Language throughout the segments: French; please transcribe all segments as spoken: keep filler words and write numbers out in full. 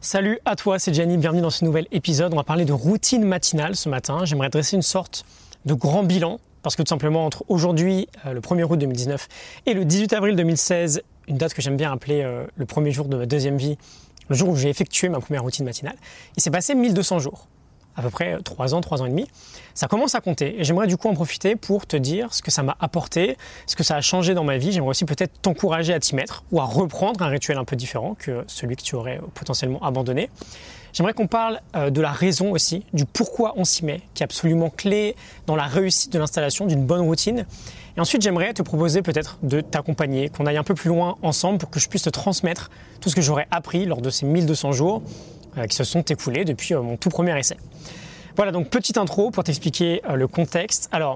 Salut à toi, c'est Gianni, bienvenue dans ce nouvel épisode. On va parler de routine matinale ce matin. J'aimerais dresser une sorte de grand bilan parce que tout simplement entre aujourd'hui, euh, le premier août deux mille dix-neuf et le dix-huit avril deux mille seize, une date que j'aime bien appeler euh, le premier jour de ma deuxième vie, le jour où j'ai effectué ma première routine matinale, il s'est passé mille deux cents jours. À peu près trois ans, trois ans et demi. Ça commence à compter et j'aimerais du coup en profiter pour te dire ce que ça m'a apporté, ce que ça a changé dans ma vie. J'aimerais aussi peut-être t'encourager à t'y mettre ou à reprendre un rituel un peu différent que celui que tu aurais potentiellement abandonné. J'aimerais qu'on parle de la raison aussi, du pourquoi on s'y met, qui est absolument clé dans la réussite de l'installation d'une bonne routine. Et ensuite, j'aimerais te proposer peut-être de t'accompagner, qu'on aille un peu plus loin ensemble pour que je puisse te transmettre tout ce que j'aurais appris lors de ces mille deux cents jours euh, qui se sont écoulés depuis euh, mon tout premier essai. Voilà, donc petite intro pour t'expliquer euh, le contexte. Alors,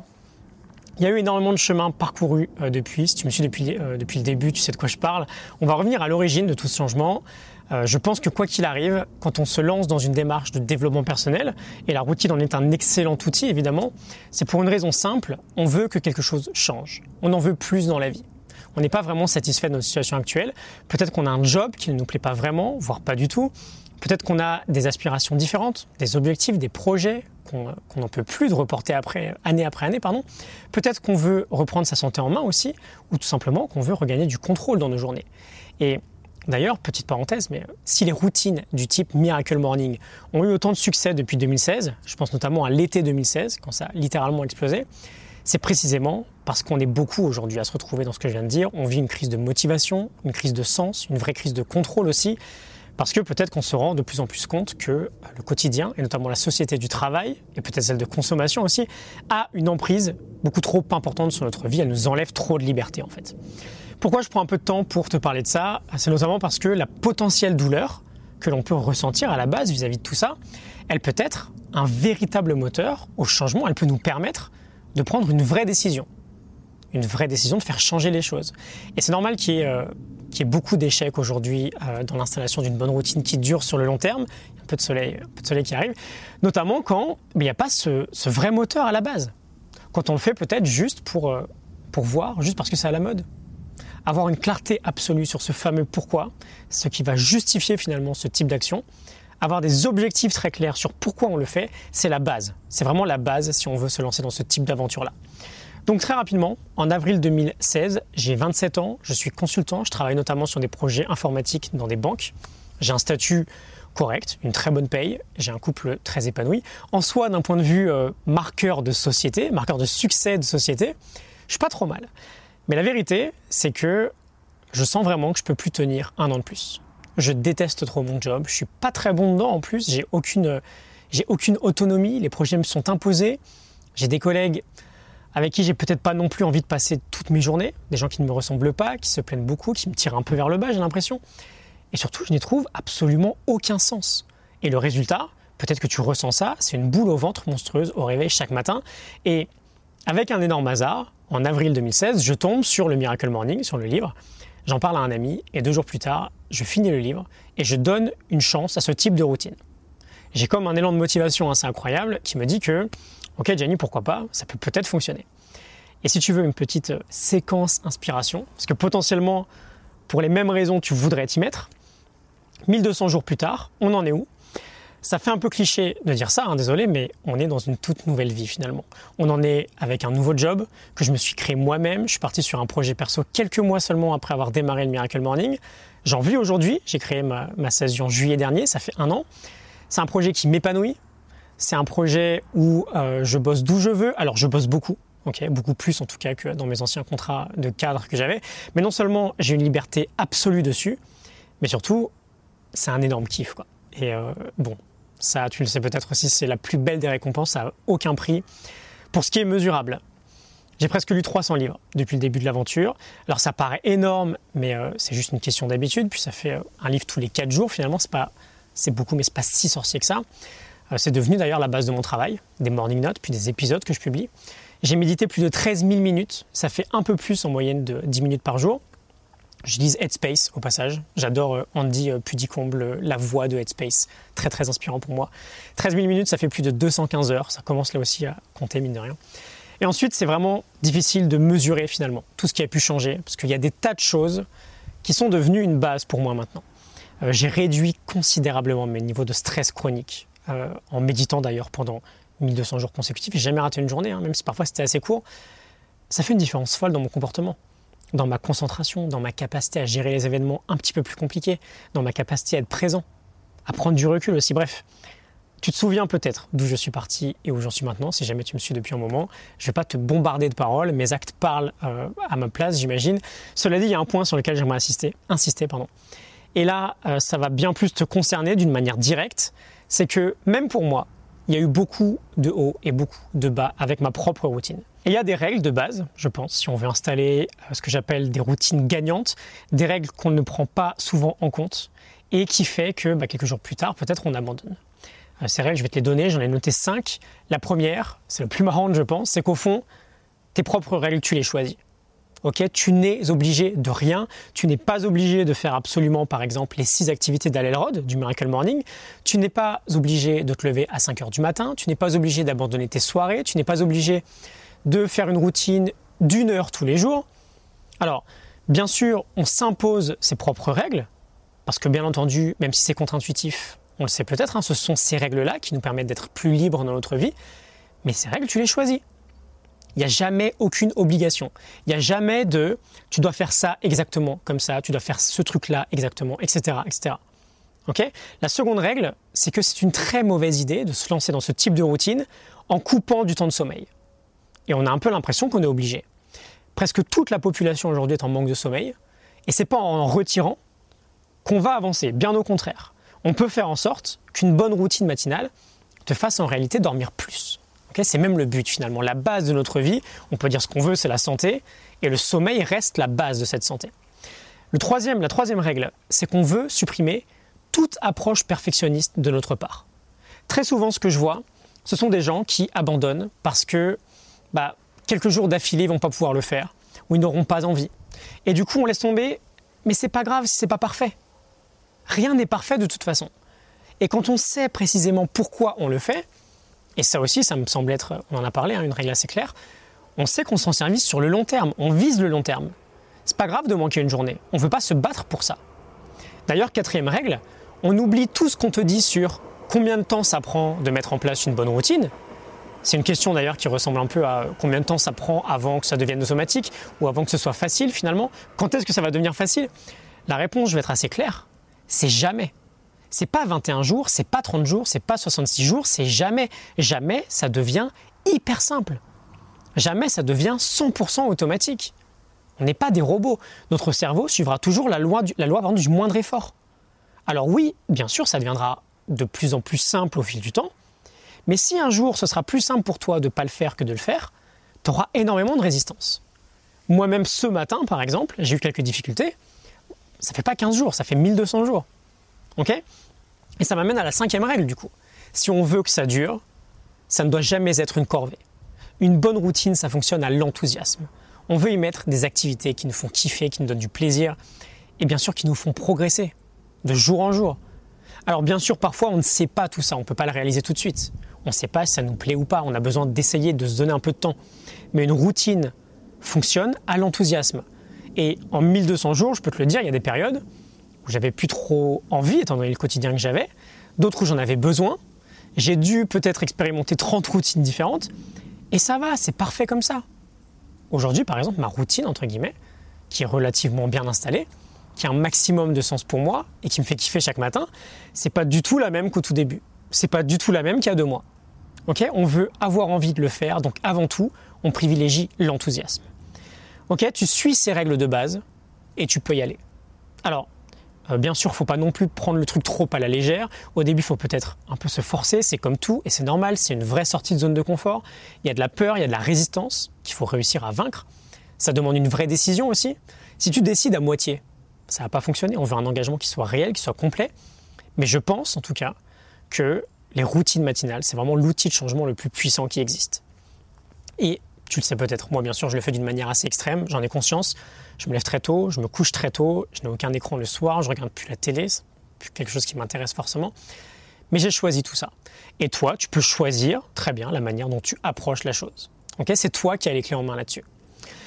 il y a eu énormément de chemin parcouru euh, depuis. Si tu me suis depuis, euh, depuis le début, tu sais de quoi je parle. On va revenir à l'origine de tout ce changement. Euh, je pense que quoi qu'il arrive, quand on se lance dans une démarche de développement personnel, et la routine en est un excellent outil évidemment, c'est pour une raison simple, on veut que quelque chose change. On en veut plus dans la vie. On n'est pas vraiment satisfait de notre situation actuelle. Peut-être qu'on a un job qui ne nous plaît pas vraiment, voire pas du tout. Peut-être qu'on a des aspirations différentes, des objectifs, des projets qu'on qu'on n'en peut plus de reporter après, année après année. Pardon. Peut-être qu'on veut reprendre sa santé en main aussi, ou tout simplement qu'on veut regagner du contrôle dans nos journées. Et d'ailleurs, petite parenthèse, mais si les routines du type Miracle Morning ont eu autant de succès depuis deux mille seize, je pense notamment à l'été deux mille seize, quand ça a littéralement explosé, c'est précisément parce qu'on est beaucoup aujourd'hui à se retrouver dans ce que je viens de dire. On vit une crise de motivation, une crise de sens, une vraie crise de contrôle aussi, parce que peut-être qu'on se rend de plus en plus compte que le quotidien, et notamment la société du travail, et peut-être celle de consommation aussi, a une emprise beaucoup trop importante sur notre vie. Elle nous enlève trop de liberté en fait. Pourquoi je prends un peu de temps pour te parler de ça? C'est notamment parce que la potentielle douleur que l'on peut ressentir à la base vis-à-vis de tout ça, elle peut être un véritable moteur au changement. Elle peut nous permettre de prendre une vraie décision. Une vraie décision de faire changer les choses. Et c'est normal qu'il y ait, euh, qu'il y ait beaucoup d'échecs aujourd'hui euh, dans l'installation d'une bonne routine qui dure sur le long terme. Il y a un peu de soleil, un peu de soleil qui arrive. Notamment quand il n'y a pas ce, ce vrai moteur à la base. Quand on le fait peut-être juste pour, euh, pour voir, juste parce que c'est à la mode. Avoir une clarté absolue sur ce fameux pourquoi, ce qui va justifier finalement ce type d'action. Avoir des objectifs très clairs sur pourquoi on le fait, c'est la base. C'est vraiment la base si on veut se lancer dans ce type d'aventure-là. Donc très rapidement, en avril deux mille seize, j'ai vingt-sept ans, je suis consultant, je travaille notamment sur des projets informatiques dans des banques. J'ai un statut correct, une très bonne paye, j'ai un couple très épanoui. En soi, d'un point de vue euh, marqueur de société, marqueur de succès de société, je suis pas trop mal. Mais la vérité, c'est que je sens vraiment que je peux plus tenir un an de plus. Je déteste trop mon job, je suis pas très bon dedans en plus, j'ai aucune, j'ai aucune autonomie, les projets me sont imposés, j'ai des collègues avec qui j'ai peut-être pas non plus envie de passer toutes mes journées, des gens qui ne me ressemblent pas, qui se plaignent beaucoup, qui me tirent un peu vers le bas, j'ai l'impression. Et surtout, je n'y trouve absolument aucun sens. Et le résultat, peut-être que tu ressens ça, c'est une boule au ventre monstrueuse au réveil chaque matin. Et avec un énorme hasard, en avril deux mille seize, je tombe sur le Miracle Morning, sur le livre. J'en parle à un ami et deux jours plus tard, je finis le livre et je donne une chance à ce type de routine. J'ai comme un élan de motivation assez incroyable qui me dit que ok Gianni, pourquoi pas, ça peut peut-être fonctionner. Et si tu veux une petite séquence inspiration, parce que potentiellement, pour les mêmes raisons, tu voudrais t'y mettre, mille deux cents jours plus tard, on en est où? Ça fait un peu cliché de dire ça, hein, désolé, mais on est dans une toute nouvelle vie finalement. On en est avec un nouveau job que je me suis créé moi-même. Je suis parti sur un projet perso quelques mois seulement après avoir démarré le Miracle Morning. J'en vis aujourd'hui, j'ai créé ma, ma session en juillet dernier, ça fait un an. C'est un projet qui m'épanouit. C'est un projet où euh, je bosse d'où je veux. Alors je bosse beaucoup, okay, beaucoup plus en tout cas que dans mes anciens contrats de cadre que j'avais. Mais non seulement j'ai une liberté absolue dessus, mais surtout c'est un énorme kiff, quoi. Et euh, bon, ça tu le sais peut-être aussi, c'est la plus belle des récompenses, ça n'a aucun prix. Pour ce qui est mesurable, j'ai presque lu trois cents livres depuis le début de l'aventure. Alors ça paraît énorme, mais euh, c'est juste une question d'habitude. Puis ça fait euh, un livre tous les quatre jours finalement, c'est pas, c'est beaucoup, mais c'est pas si sorcier que ça. C'est devenu d'ailleurs la base de mon travail, des morning notes, puis des épisodes que je publie. J'ai médité plus de treize mille minutes, ça fait un peu plus en moyenne de dix minutes par jour. J'utilise Headspace au passage, j'adore Andy Pudicombe, la voix de Headspace, très très inspirant pour moi. treize mille minutes, ça fait plus de deux cent quinze heures, ça commence là aussi à compter mine de rien. Et ensuite, c'est vraiment difficile de mesurer finalement tout ce qui a pu changer, parce qu'il y a des tas de choses qui sont devenues une base pour moi maintenant. Euh, j'ai réduit considérablement mes niveaux de stress chronique, euh, en méditant d'ailleurs pendant mille deux cents jours consécutifs. J'ai jamais raté une journée, hein, même si parfois c'était assez court. Ça fait une différence folle dans mon comportement, dans ma concentration, dans ma capacité à gérer les événements un petit peu plus compliqués, dans ma capacité à être présent, à prendre du recul aussi. Bref, tu te souviens peut-être d'où je suis parti et où j'en suis maintenant. Si jamais tu me suis depuis un moment, je ne vais pas te bombarder de paroles. Mes actes parlent euh, à ma place, j'imagine. Cela dit, il y a un point sur lequel j'aimerais insister. insister pardon. Et là, euh, ça va bien plus te concerner d'une manière directe. C'est que même pour moi, il y a eu beaucoup de hauts et beaucoup de bas avec ma propre routine. Et il y a des règles de base, je pense, si on veut installer ce que j'appelle des routines gagnantes, des règles qu'on ne prend pas souvent en compte et qui fait que bah, quelques jours plus tard, peut-être on abandonne. Euh, ces règles, je vais te les donner, j'en ai noté cinq. La première, c'est le plus marrante, je pense, c'est qu'au fond, tes propres règles, tu les choisis. Okay, tu n'es obligé de rien, tu n'es pas obligé de faire absolument, par exemple, les six activités d'Hallelrod, du Miracle Morning, tu n'es pas obligé de te lever à cinq heures du matin, tu n'es pas obligé d'abandonner tes soirées, tu n'es pas obligé de faire une routine d'une heure tous les jours. Alors, bien sûr, on s'impose ses propres règles, parce que bien entendu, même si c'est contre-intuitif, on le sait peut-être, hein, ce sont ces règles-là qui nous permettent d'être plus libres dans notre vie, mais ces règles, tu les choisis. Il n'y a jamais aucune obligation. Il n'y a jamais de « tu dois faire ça exactement comme ça, tu dois faire ce truc-là exactement, et cetera et cetera » Okay ? La seconde règle, c'est que c'est une très mauvaise idée de se lancer dans ce type de routine en coupant du temps de sommeil. Et on a un peu l'impression qu'on est obligé. Presque toute la population aujourd'hui est en manque de sommeil, et ce n'est pas en retirant qu'on va avancer, bien au contraire. On peut faire en sorte qu'une bonne routine matinale te fasse en réalité dormir plus. Okay, c'est même le but finalement, la base de notre vie, on peut dire ce qu'on veut, c'est la santé, et le sommeil reste la base de cette santé. Le troisième, la troisième règle, c'est qu'on veut supprimer toute approche perfectionniste de notre part. Très souvent, ce que je vois, ce sont des gens qui abandonnent parce que bah, quelques jours d'affilée, ils ne vont pas pouvoir le faire, ou ils n'auront pas envie. Et du coup, on laisse tomber, mais c'est pas grave si c'est pas parfait. Rien n'est parfait de toute façon. Et quand on sait précisément pourquoi on le fait, et ça aussi, ça me semble être, on en a parlé, hein, une règle assez claire, on sait qu'on s'en service sur le long terme, on vise le long terme. C'est pas grave de manquer une journée, on ne veut pas se battre pour ça. D'ailleurs, quatrième règle, on oublie tout ce qu'on te dit sur combien de temps ça prend de mettre en place une bonne routine. C'est une question d'ailleurs qui ressemble un peu à combien de temps ça prend avant que ça devienne automatique ou avant que ce soit facile finalement. Quand est-ce que ça va devenir facile ? La réponse, je vais être assez claire, c'est jamais. C'est pas vingt et un jours, c'est pas trente jours, c'est pas soixante-six jours, c'est jamais. Jamais ça devient hyper simple. Jamais ça devient cent pour cent automatique. On n'est pas des robots. Notre cerveau suivra toujours la loi du, la loi, pardon, du moindre effort. Alors oui, bien sûr, ça deviendra de plus en plus simple au fil du temps. Mais si un jour ce sera plus simple pour toi de ne pas le faire que de le faire, tu auras énormément de résistance. Moi-même ce matin, par exemple, j'ai eu quelques difficultés. Ça fait pas quinze jours, ça fait mille deux cents jours. Ok ? Et ça m'amène à la cinquième règle du coup. Si on veut que ça dure, ça ne doit jamais être une corvée. Une bonne routine, ça fonctionne à l'enthousiasme. On veut y mettre des activités qui nous font kiffer, qui nous donnent du plaisir et bien sûr qui nous font progresser de jour en jour. Alors bien sûr, parfois on ne sait pas tout ça, on ne peut pas le réaliser tout de suite. On ne sait pas si ça nous plaît ou pas, on a besoin d'essayer, de se donner un peu de temps. Mais une routine fonctionne à l'enthousiasme. Et en mille deux cents jours, je peux te le dire, il y a des périodes où j'avais plus trop envie, étant donné le quotidien que j'avais, d'autres où j'en avais besoin. J'ai dû peut-être expérimenter trente routines différentes, et ça va, c'est parfait comme ça. Aujourd'hui, par exemple, ma routine, entre guillemets, qui est relativement bien installée, qui a un maximum de sens pour moi, et qui me fait kiffer chaque matin, c'est pas du tout la même qu'au tout début. C'est pas du tout la même qu'il y a deux mois. Okay ? On veut avoir envie de le faire, donc avant tout, on privilégie l'enthousiasme. Okay ? Tu suis ces règles de base, et tu peux y aller. Alors, Euh, bien sûr, il ne faut pas non plus prendre le truc trop à la légère. Au début, il faut peut-être un peu se forcer, c'est comme tout, et c'est normal, c'est une vraie sortie de zone de confort. Il y a de la peur, il y a de la résistance qu'il faut réussir à vaincre. Ça demande une vraie décision aussi. Si tu décides à moitié, ça ne va pas fonctionner. On veut un engagement qui soit réel, qui soit complet. Mais je pense, en tout cas, que les routines matinales, c'est vraiment l'outil de changement le plus puissant qui existe. Et tu le sais peut-être, moi bien sûr je le fais d'une manière assez extrême, j'en ai conscience. Je me lève très tôt, je me couche très tôt, je n'ai aucun écran le soir, je ne regarde plus la télé, c'est plus quelque chose qui m'intéresse forcément. Mais j'ai choisi tout ça. Et toi, tu peux choisir très bien la manière dont tu approches la chose. Okay ? C'est toi qui as les clés en main là-dessus.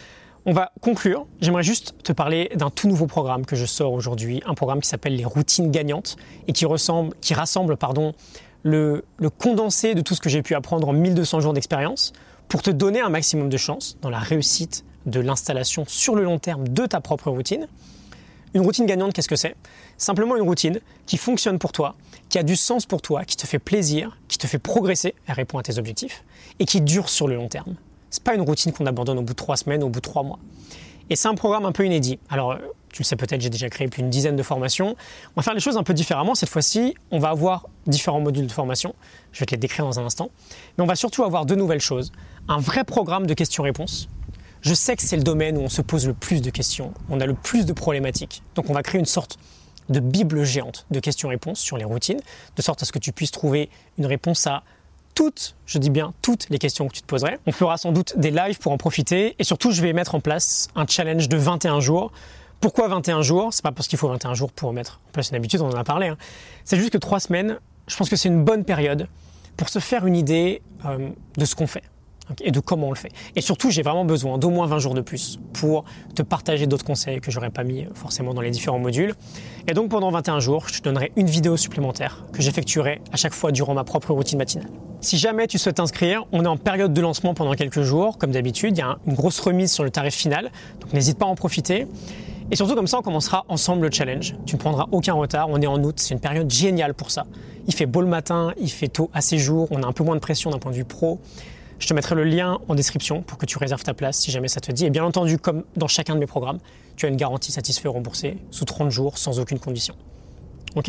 On va conclure. J'aimerais juste te parler d'un tout nouveau programme que je sors aujourd'hui, un programme qui s'appelle les routines gagnantes et qui, ressemble, qui rassemble pardon, le, le condensé de tout ce que j'ai pu apprendre en mille deux cents jours d'expérience pour te donner un maximum de chance dans la réussite de l'installation sur le long terme de ta propre routine. Une routine gagnante, qu'est-ce que c'est ? Simplement une routine qui fonctionne pour toi, qui a du sens pour toi, qui te fait plaisir, qui te fait progresser, elle répond à tes objectifs, et qui dure sur le long terme. Ce n'est pas une routine qu'on abandonne au bout de trois semaines, au bout de trois mois. Et c'est un programme un peu inédit. Alors, tu le sais peut-être, j'ai déjà créé plus d'une dizaine de formations. On va faire les choses un peu différemment. Cette fois-ci, on va avoir différents modules de formation. Je vais te les décrire dans un instant. Mais on va surtout avoir deux nouvelles choses. Un vrai programme de questions-réponses. Je sais que c'est le domaine où on se pose le plus de questions, on a le plus de problématiques. Donc on va créer une sorte de bible géante de questions-réponses sur les routines, de sorte à ce que tu puisses trouver une réponse à toutes, je dis bien toutes les questions que tu te poserais. On fera sans doute des lives pour en profiter et surtout je vais mettre en place un challenge de vingt et un jours. Pourquoi vingt et un jours ? C'est pas parce qu'il faut vingt et un jours pour mettre en place une habitude, on en a parlé. Hein. C'est juste que trois semaines, je pense que c'est une bonne période pour se faire une idée euh, de ce qu'on fait et de comment on le fait. Et surtout, j'ai vraiment besoin d'au moins vingt jours de plus pour te partager d'autres conseils que j'aurais pas mis forcément dans les différents modules. Et donc pendant vingt et un jours, je te donnerai une vidéo supplémentaire que j'effectuerai à chaque fois durant ma propre routine matinale. Si jamais tu souhaites t'inscrire, on est en période de lancement pendant quelques jours. Comme d'habitude, il y a une grosse remise sur le tarif final, donc n'hésite pas à en profiter. Et surtout comme ça, on commencera ensemble le challenge. Tu ne prendras aucun retard, on est en août, c'est une période géniale pour ça. Il fait beau le matin, il fait tôt à ces jours, on a un peu moins de pression d'un point de vue pro. Je te mettrai le lien en description pour que tu réserves ta place si jamais ça te dit. Et bien entendu, comme dans chacun de mes programmes, tu as une garantie satisfait remboursée sous trente jours sans aucune condition. Ok ?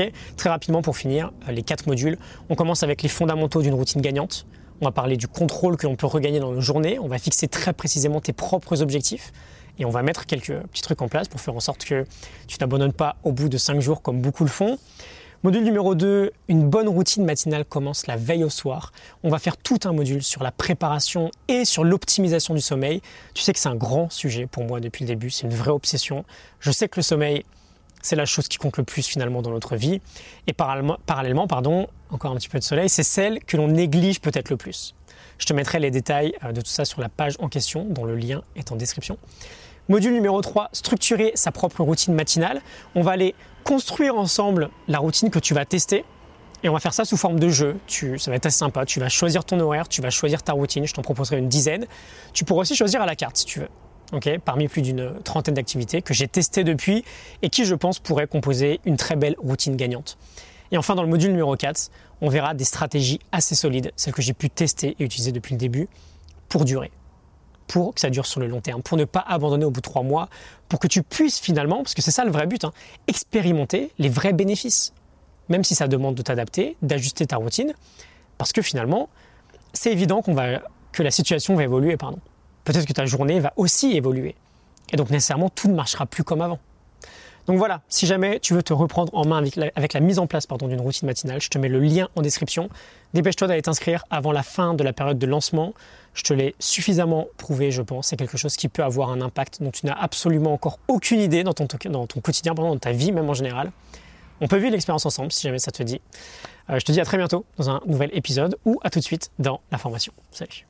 Très rapidement pour finir, les quatre modules. On commence avec les fondamentaux d'une routine gagnante. On va parler du contrôle que l'on peut regagner dans nos journées. On va fixer très précisément tes propres objectifs. Et on va mettre quelques petits trucs en place pour faire en sorte que tu n'abandonnes pas au bout de cinq jours comme beaucoup le font. Module numéro deux, une bonne routine matinale commence la veille au soir. On va faire tout un module sur la préparation et sur l'optimisation du sommeil. Tu sais que c'est un grand sujet pour moi depuis le début, c'est une vraie obsession. Je sais que le sommeil, c'est la chose qui compte le plus finalement dans notre vie. Et parallèlement, parallèlement pardon, encore un petit peu de soleil, c'est celle que l'on néglige peut-être le plus. Je te mettrai les détails de tout ça sur la page en question, dont le lien est en description. Module numéro trois, structurer sa propre routine matinale. On va aller construire ensemble la routine que tu vas tester et on va faire ça sous forme de jeu. Tu, ça va être assez sympa. Tu vas choisir ton horaire, tu vas choisir ta routine. Je t'en proposerai une dizaine. Tu pourras aussi choisir à la carte si tu veux. Okay, parmi plus d'une trentaine d'activités que j'ai testées depuis et qui, je pense, pourraient composer une très belle routine gagnante. Et enfin, dans le module numéro quatre, on verra des stratégies assez solides, celles que j'ai pu tester et utiliser depuis le début, pour durer. Pour que ça dure sur le long terme, pour ne pas abandonner au bout de trois mois, pour que tu puisses finalement, parce que c'est ça le vrai but, hein, expérimenter les vrais bénéfices. Même si ça demande de t'adapter, d'ajuster ta routine, parce que finalement, c'est évident qu'on va, que la situation va évoluer, pardon. Peut-être que ta journée va aussi évoluer. Et donc nécessairement, tout ne marchera plus comme avant. Donc voilà, si jamais tu veux te reprendre en main avec la, avec la mise en place pardon, d'une routine matinale, je te mets le lien en description. Dépêche-toi d'aller t'inscrire avant la fin de la période de lancement. Je te l'ai suffisamment prouvé, je pense. C'est quelque chose qui peut avoir un impact dont tu n'as absolument encore aucune idée dans ton, dans ton quotidien, pardon, dans ta vie même en général. On peut vivre l'expérience ensemble si jamais ça te dit. Euh, je te dis à très bientôt dans un nouvel épisode ou à tout de suite dans la formation. Salut.